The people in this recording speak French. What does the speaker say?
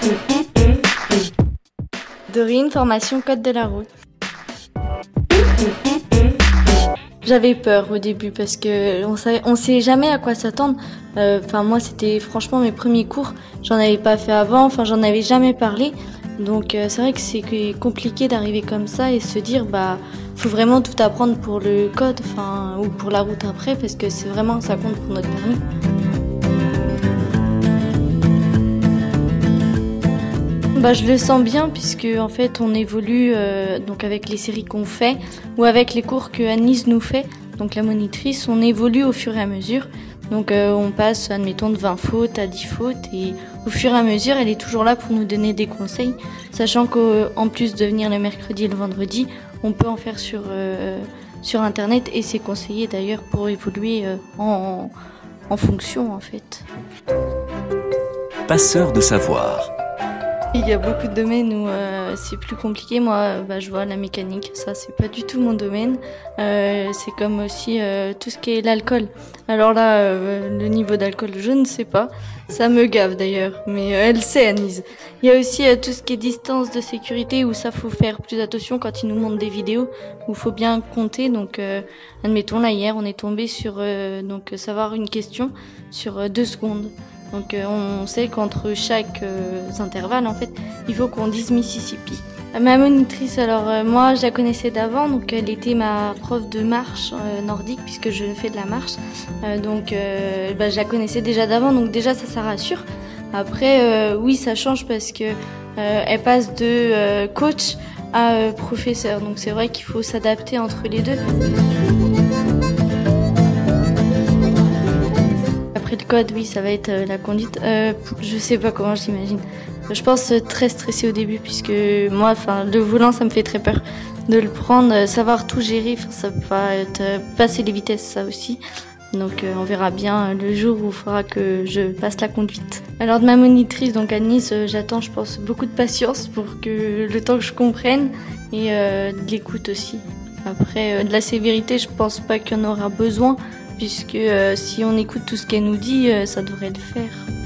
Dorine, formation code de la route. J'avais peur au début parce que on sait jamais à quoi s'attendre. Moi, c'était franchement mes premiers cours. J'en avais pas fait avant, j'en avais jamais parlé. Donc c'est vrai que c'est compliqué d'arriver comme ça et se dire faut vraiment tout apprendre pour le code, ou pour la route après, parce que c'est vraiment ça compte pour notre permis. Je le sens bien puisque en fait on évolue donc avec les séries qu'on fait ou avec les cours que Annelise nous fait. Donc la monitrice, on évolue au fur et à mesure. Donc on passe, admettons, de 20 fautes à 10 fautes et au fur et à mesure, elle est toujours là pour nous donner des conseils, sachant qu'en plus de venir le mercredi et le vendredi, on peut en faire sur Internet et c'est conseillé d'ailleurs pour évoluer en fonction en fait. Passeur de savoir. Il y a beaucoup de domaines où c'est plus compliqué. Moi, je vois la mécanique, ça c'est pas du tout mon domaine. C'est comme aussi tout ce qui est l'alcool. Alors là, le niveau d'alcool, je ne sais pas. Ça me gave d'ailleurs, mais elle sait, Annelise. Il y a aussi tout ce qui est distance de sécurité où ça faut faire plus attention quand ils nous montrent des vidéos où faut bien compter. Donc, admettons là hier, on est tombé sur savoir une question sur 2 secondes. Donc on sait qu'entre chaque intervalle, en fait, il faut qu'on dise Mississippi. Ma monitrice, alors moi je la connaissais d'avant, donc elle était ma prof de marche nordique puisque je fais de la marche. Je la connaissais déjà d'avant, donc déjà ça rassure. Après, oui, ça change parce que elle passe de coach à professeur, donc c'est vrai qu'il faut s'adapter entre les deux. Après le code, oui, ça va être la conduite. Je sais pas comment j'imagine. Je pense très stressée au début puisque moi, le volant, ça me fait très peur. De le prendre, savoir tout gérer, ça va être passer les vitesses, ça aussi. Donc on verra bien le jour où il faudra que je passe la conduite. Alors de ma monitrice, donc Annelise, j'attends, je pense, beaucoup de patience pour que le temps que je comprenne et de l'écoute aussi. Après, de la sévérité, je pense pas qu'il y en aura besoin puisque si on écoute tout ce qu'elle nous dit, ça devrait le faire.